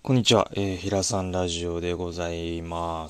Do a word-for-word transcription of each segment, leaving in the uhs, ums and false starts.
こんにちは、えー、平さんラジオでございます。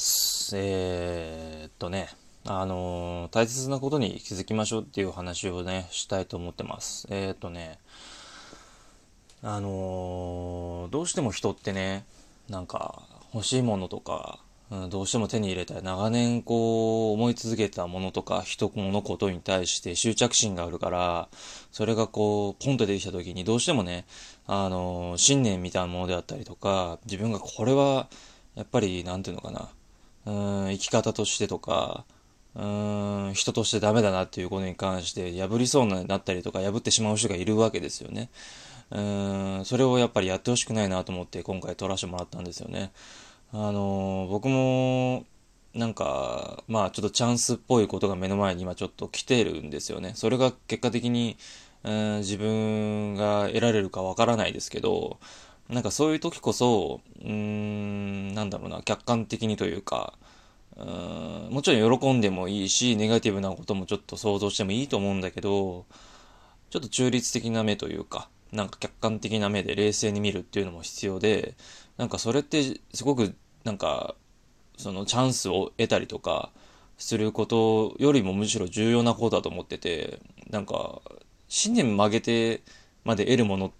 えーっとね、あのー大切なことに気づきましょうっていう話をね、したいと思ってます。えーっとね、あのーどうしても人ってね、なんか欲しいものとか、うん、どうしても手に入れたい長年こう思い続けたものとか人物ことに対して執着心があるから、それがこうポンと出てきた時にどうしてもね、あのー信念みたいなものであったりとか、自分がこれはやっぱりなんていうのかな、うーん生き方としてとか、うーん人としてダメだなっていうことに関して破りそうになったりとか破ってしまう人がいるわけですよね。うーん、それをやっぱりやってほしくないなと思って今回撮らせてもらったんですよね。あのー僕も、なんか、まあちょっとチャンスっぽいことが目の前に今ちょっと来てるんですよね。それが結果的に、うん、自分が得られるかわからないですけど、なんかそういう時こそ、うーん、なんだろうな、客観的にというか、うーん、もちろん喜んでもいいし、ネガティブなこともちょっと想像してもいいと思うんだけど、ちょっと中立的な目というか、なんか客観的な目で冷静に見るっていうのも必要で、なんかそれってすごく、なんか、そのチャンスを得たりとか、することよりもむしろ重要なことだと思ってて、なんか、信念曲げてまで得るものって、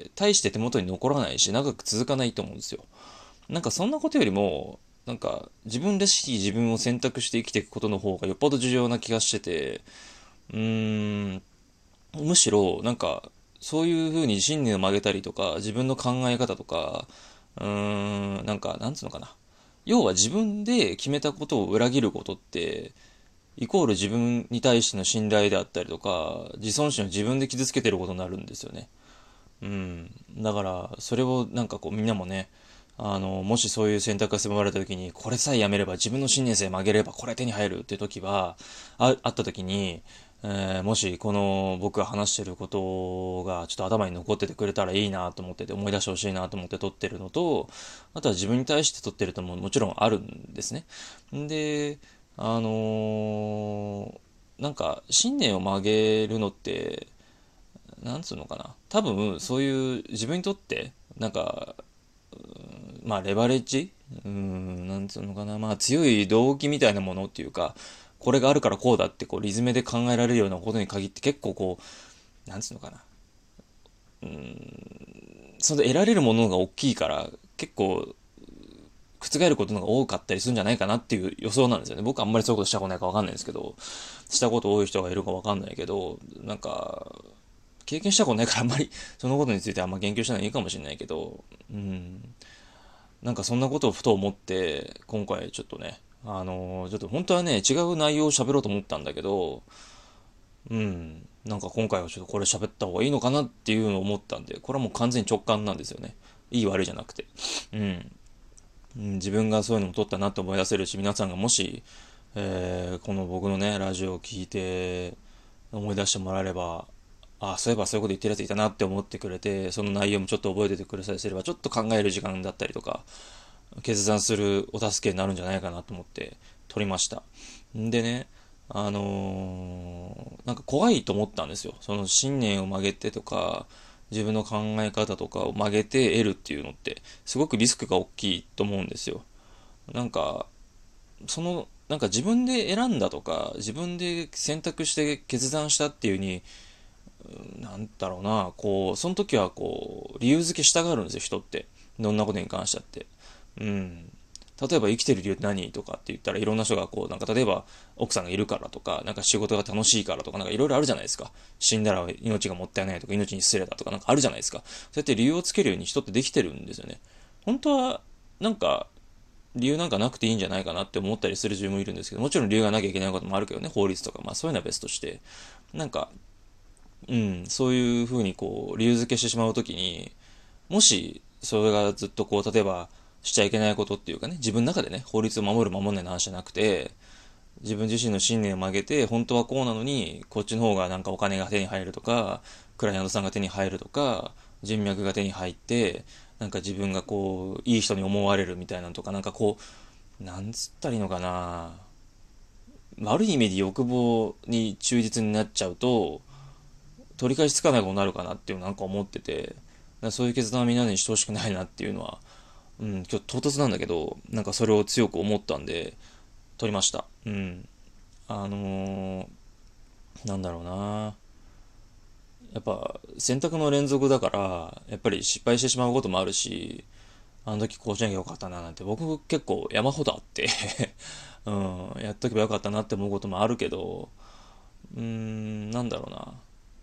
大して手元に残らないし、長く続かないと思うんですよ。なんかそんなことよりも、なんか自分らしい自分を選択して生きていくことの方がよっぽど重要な気がしてて、うーん、むしろ、なんか、そういう風に信念を曲げたりとか、自分の考え方とか、うーん、なんか、なんつうのかな。要は自分で決めたことを裏切ることって、イコール自分に対しての信頼であったりとか、自尊心を自分で傷つけてることになるんですよね。うん。だから、それをなんかこうみんなもね、あの、もしそういう選択が迫られた時に、これさえやめれば、自分の信念さえ曲げれば、これ手に入るっていう時は、あ、あった時に、えーもしこの僕が話してることがちょっと頭に残っててくれたらいいなと思ってて、思い出してほしいなと思って撮ってるのと、あとは自分に対して撮ってるとももちろんあるんですね。んで、あのーなんか信念を曲げるのって、なんつうのかな。多分、そういう自分にとって、なんか、まあ、レバレッジうーん、なんつうのかな。まあ、強い動機みたいなものっていうか、これがあるからこうだって、こう、リズムで考えられるようなことに限って結構こう、なんつうのかな。その得られるものが大きいから、結構、覆ることのが多かったりするんじゃないかなっていう予想なんですよね。僕はあんまりそういうことしたことないかわかんないんですけど、したこと多い人がいるかわかんないけど、なんか、経験したことないからあんまりそのことについてあんま言及しないのいいかもしれないけど、うん、なんかそんなことをふと思って、今回ちょっとね、あのーちょっと本当はね、違う内容を喋ろうと思ったんだけど、うん、なんか今回はちょっとこれ喋った方がいいのかなっていうのを思ったんで、これはもう完全に直感なんですよね。いい悪いじゃなくて。うん。うん、自分がそういうのも撮ったなって思い出せるし、皆さんがもし、えーこの僕のね、ラジオを聞いて思い出してもらえれば、あ、そういえばそういうこと言ってるやついたなって思ってくれて、その内容もちょっと覚えててくれさえすれば、ちょっと考える時間だったりとか、決断するお助けになるんじゃないかなと思って撮りました。んでね、あのーなんか怖いと思ったんですよ。その信念を曲げてとか、自分の考え方とかを曲げて得るっていうのって、すごくリスクが大きいと思うんですよ。なんか、その、なんか自分で選んだとか、自分で選択して決断したっていうに、なんだろうな、こう、その時はこう、理由付けしたがるんですよ、人って。どんなことに関してだって。うん。例えば生きてる理由って何とかって言ったらいろんな人がこう、なんか例えば奥さんがいるからとか、なんか仕事が楽しいからとか、なんかいろいろあるじゃないですか。死んだら命がもったいないとか、命に失礼だとか、なんかあるじゃないですか。そうやって理由をつけるように人ってできてるんですよね。本当は、なんか、理由なんかなくていいんじゃないかなって思ったりする自分もいるんですけど、もちろん理由がなきゃいけないこともあるけどね、法律とか、まあそういうのは別として、なんか、うん、そういうふうにこう、理由付けしてしまうときに、もし、それがずっとこう、例えば、しちゃいけないことっていうかね、自分の中でね、法律を守る守らないの話じゃなくて、自分自身の信念を曲げて、本当はこうなのに、こっちの方がなんかお金が手に入るとか、クライアントさんが手に入るとか、人脈が手に入って、なんか自分がこう、いい人に思われるみたいなのとか、なんかこう、なんつったらいいのかな、悪い意味で欲望に忠実になっちゃうと、取り返しつかないことになるかなっていうのなんか思ってて、そういう決断はみんなにしてほしくないなっていうのはうん、今日唐突なんだけど、なんかそれを強く思ったんで、撮りました。うん。あのー、なんだろうな。やっぱ選択の連続だから、やっぱり失敗してしまうこともあるし、あの時こうしなきゃよかったななんて僕結構山ほどあってうん、やっとけばよかったなって思うこともあるけど、うーん、なんだろうな。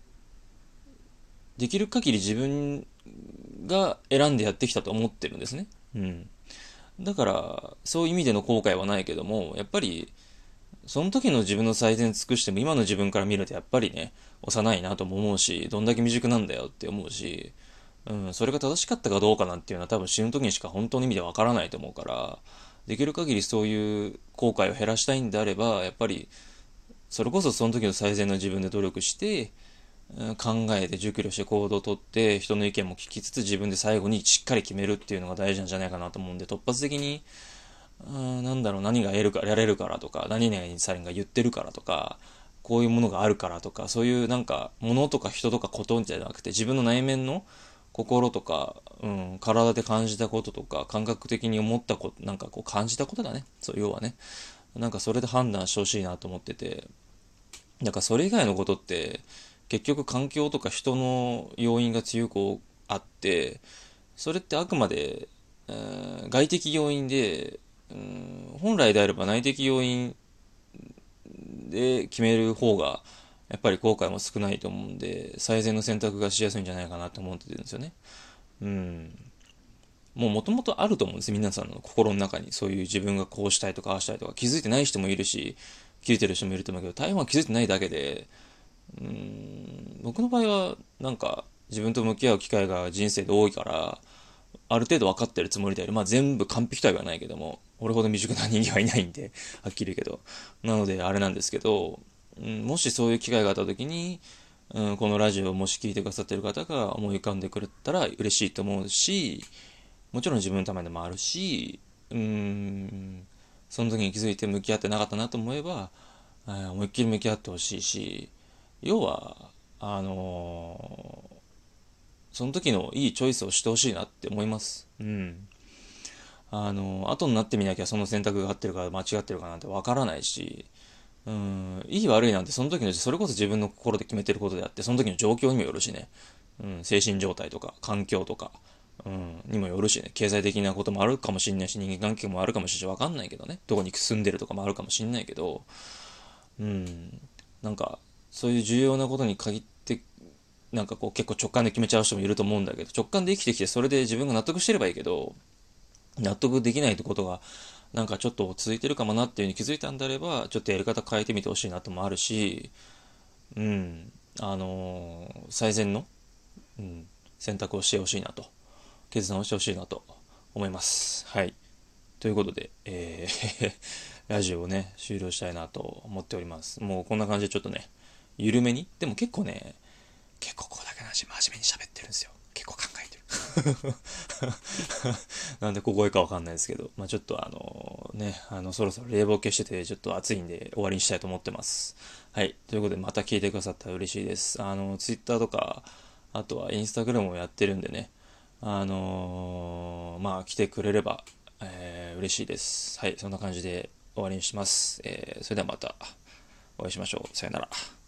できる限り自分が選んでやってきたと思ってるんですね。うん。だから、そういう意味での後悔はないけども、やっぱり、その時の自分の最善尽くしても今の自分から見るとやっぱりね、幼いなとも思うし、どんだけ未熟なんだよって思うし、うん、それが正しかったかどうかなんていうのは多分死ぬ時にしか本当の意味でわからないと思うから、できる限りそういう後悔を減らしたいんであれば、やっぱり、それこそその時の最善の自分で努力して、考えて熟慮して行動をとって人の意見も聞きつつ自分で最後にしっかり決めるっていうのが大事なんじゃないかなと思うんで、突発的にうんなんだろう、何が得るかやれるからとか、何々さんが言ってるからとか、こういうものがあるからとか、そういうなんか物とか人とかことじゃなくて自分の内面の心とか、うん、体で感じたこととか感覚的に思ったこと、なんかこう感じたことだね、そう要はね、なんかそれで判断してほしいなと思ってて、なんかそれ以外のことって結局環境とか人の要因が強くあって、それってあくまで、えー外的要因で、うん、本来であれば内的要因で決める方がやっぱり後悔も少ないと思うんで、最善の選択がしやすいんじゃないかなと思ってるんですよね。うん。もう元々あると思うんです。皆さんの心の中にそういう自分がこうしたいとかああしたいとか気づいてない人もいるし、気づいてる人もいると思うけど、大半は気づいてないだけで、うーん、僕の場合はなんか自分と向き合う機会が人生で多いから、ある程度分かってるつもりである。まあ全部完璧とは言わないけども、俺ほど未熟な人間はいないんで、はっきり言うけど。なのであれなんですけど、うん、もしそういう機会があった時に、うん、このラジオをもし聞いてくださってる方が思い浮かんでくれたら嬉しいと思うし、もちろん自分のためでもあるし、うーん、その時に気づいて向き合ってなかったなと思えば、思いっきり向き合ってほしいし、要は、あのーその時のいいチョイスをしてほしいなって思います。うん。あのー後になってみなきゃその選択が合ってるか間違ってるかなんてわからないし、うん、いい悪いなんてその時の、それこそ自分の心で決めてることであって、その時の状況にもよるしね。うん、精神状態とか、環境とか、うん、にもよるしね。経済的なこともあるかもしんないし、人間関係もあるかもしれないし、わかんないけどね。どこに住んでるとかもあるかもしんないけど、うん、なんか、そういう重要なことに限って、なんかこう結構直感で決めちゃう人もいると思うんだけど、直感で生きてきてそれで自分が納得してればいいけど、納得できないってことが、なんかちょっと続いてるかもなっていう風に気づいたんであれば、ちょっとやり方変えてみてほしいなともあるし、うん、あのー最善の、うん、選択をしてほしいなと、決断をしてほしいなと思います。はい。ということで、えーラジオをね、終了したいなと思っております。もうこんな感じでちょっとね、緩めに。でも結構ね、結構ここだけの話真面目に喋ってるんですよ。結構考えてる。なんで小声かわかんないですけど、まあちょっとあのね、あのそろそろ冷房消しててちょっと暑いんで終わりにしたいと思ってます。はい。ということでまた聞いてくださったら嬉しいです。あの、ツイッターとか、あとはインスタグラムもやってるんでね、あのーまあ来てくれれば、えー嬉しいです。はい。そんな感じで終わりにします。えーそれではまたお会いしましょう。さよなら。